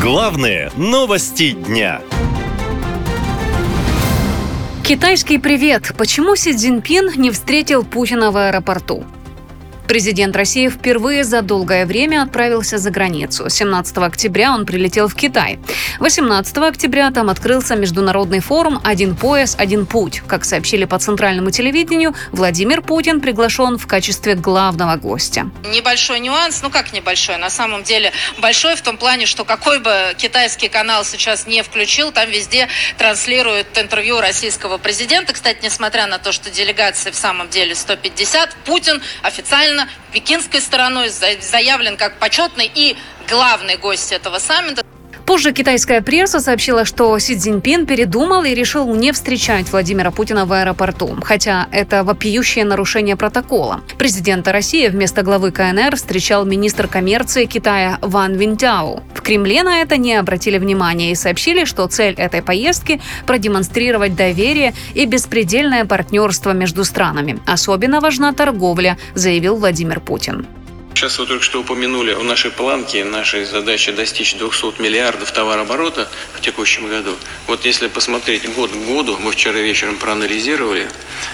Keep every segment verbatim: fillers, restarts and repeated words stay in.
Главные новости дня. Китайский привет. Почему Си Цзиньпин не встретил Путина в аэропорту? Президент России впервые за долгое время отправился за границу. семнадцатого октября он прилетел в Китай. восемнадцатого октября там открылся международный форум «Один пояс, один путь». Как сообщили по центральному телевидению, Владимир Путин приглашен в качестве главного гостя. Небольшой нюанс, ну как небольшой, на самом деле большой в том плане, что какой бы китайский канал сейчас не включил, там везде транслируют интервью российского президента. Кстати, несмотря на то, что делегации в самом деле сто пятьдесят, Путин официально пекинской стороной заявлен как почетный и главный гость этого саммита. Позже китайская пресса сообщила, что Си Цзиньпин передумал и решил не встречать Владимира Путина в аэропорту, хотя это вопиющее нарушение протокола. Президента России вместо главы ка эн эр встречал министр коммерции Китая Ван Винтяо. В Кремле на это не обратили внимания и сообщили, что цель этой поездки – продемонстрировать доверие и беспредельное партнерство между странами. Особенно важна торговля, заявил Владимир Путин. Сейчас вы только что упомянули о нашей планке, нашей задаче достичь двухсот миллиардов товарооборота в текущем году. Вот если посмотреть год к году, мы вчера вечером проанализировали,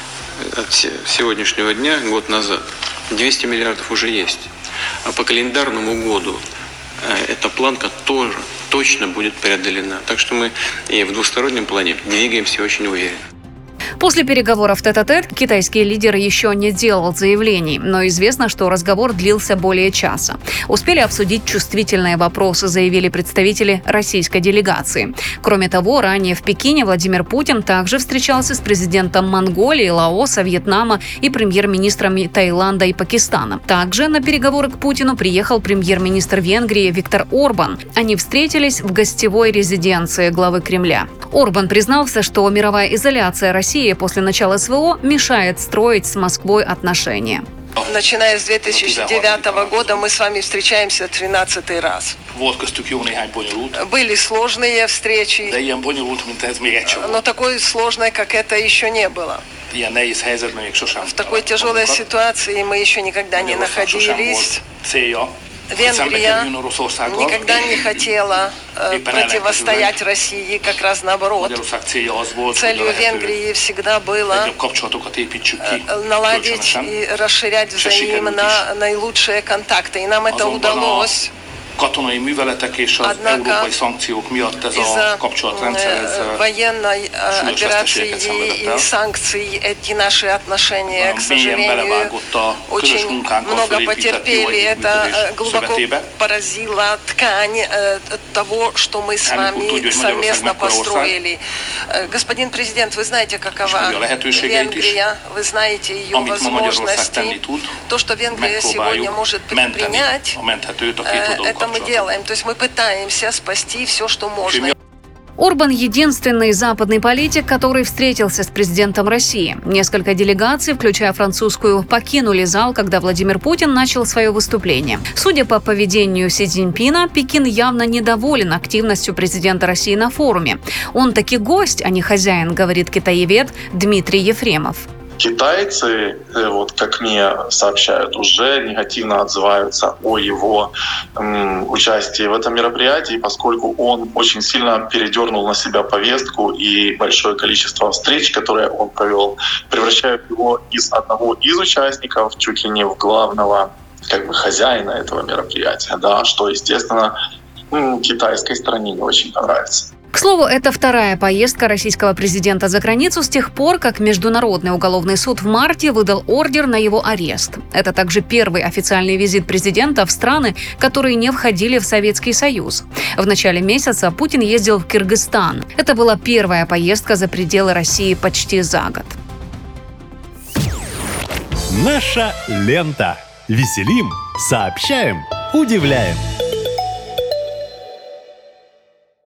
от сегодняшнего дня, год назад, двести миллиардов уже есть. А по календарному году эта планка тоже точно будет преодолена. Так что мы и в двустороннем плане двигаемся очень уверенно. После переговоров тет-а-тет китайский лидер еще не делал заявлений, но известно, что разговор длился более часа. Успели обсудить чувствительные вопросы, заявили представители российской делегации. Кроме того, ранее в Пекине Владимир Путин также встречался с президентом Монголии, Лаоса, Вьетнама и премьер-министрами Таиланда и Пакистана. Также на переговоры к Путину приехал премьер-министр Венгрии Виктор Орбан. Они встретились в гостевой резиденции главы Кремля. Орбан признался, что мировая изоляция России после начала эс вэ о мешает строить с Москвой отношения. Начиная с две тысячи девятого года мы с вами встречаемся тринадцатый раз. Были сложные встречи, но такой сложной, как это, еще не было. В такой тяжелой ситуации мы еще никогда не находились. Венгрия никогда не хотела э, противостоять России, как раз наоборот. Целью Венгрии всегда было э, наладить и расширять взаимно наилучшие контакты. И нам это удалось. Однако из-за военной операции и санкций эти наши отношения, к сожалению, очень много потерпели. Это глубоко поразило ткань того, что мы с вами совместно построили. Господин президент, вы знаете, какова Венгрия, вы знаете ее возможности. То, что Венгрия сегодня может предпринять, это мы делаем. То есть мы пытаемся спасти все, что можно. Орбан – единственный западный политик, который встретился с президентом России. Несколько делегаций, включая французскую, покинули зал, когда Владимир Путин начал свое выступление. Судя по поведению Си Цзиньпина, Пекин явно недоволен активностью президента России на форуме. Он таки гость, а не хозяин, говорит китаевед Дмитрий Ефремов. Китайцы, вот как мне сообщают, уже негативно отзываются о его м, участии в этом мероприятии, поскольку он очень сильно передернул на себя повестку, и большое количество встреч, которые он провел, превращают его из одного из участников чуть ли не в главного как бы хозяина этого мероприятия, да, что, естественно, м, китайской стороне не очень понравится. К слову, это вторая поездка российского президента за границу с тех пор, как Международный уголовный суд в марте выдал ордер на его арест. Это также первый официальный визит президента в страны, которые не входили в Советский Союз. В начале месяца Путин ездил в Кыргызстан. Это была первая поездка за пределы России почти за год. Наша лента. Веселим, сообщаем, удивляем.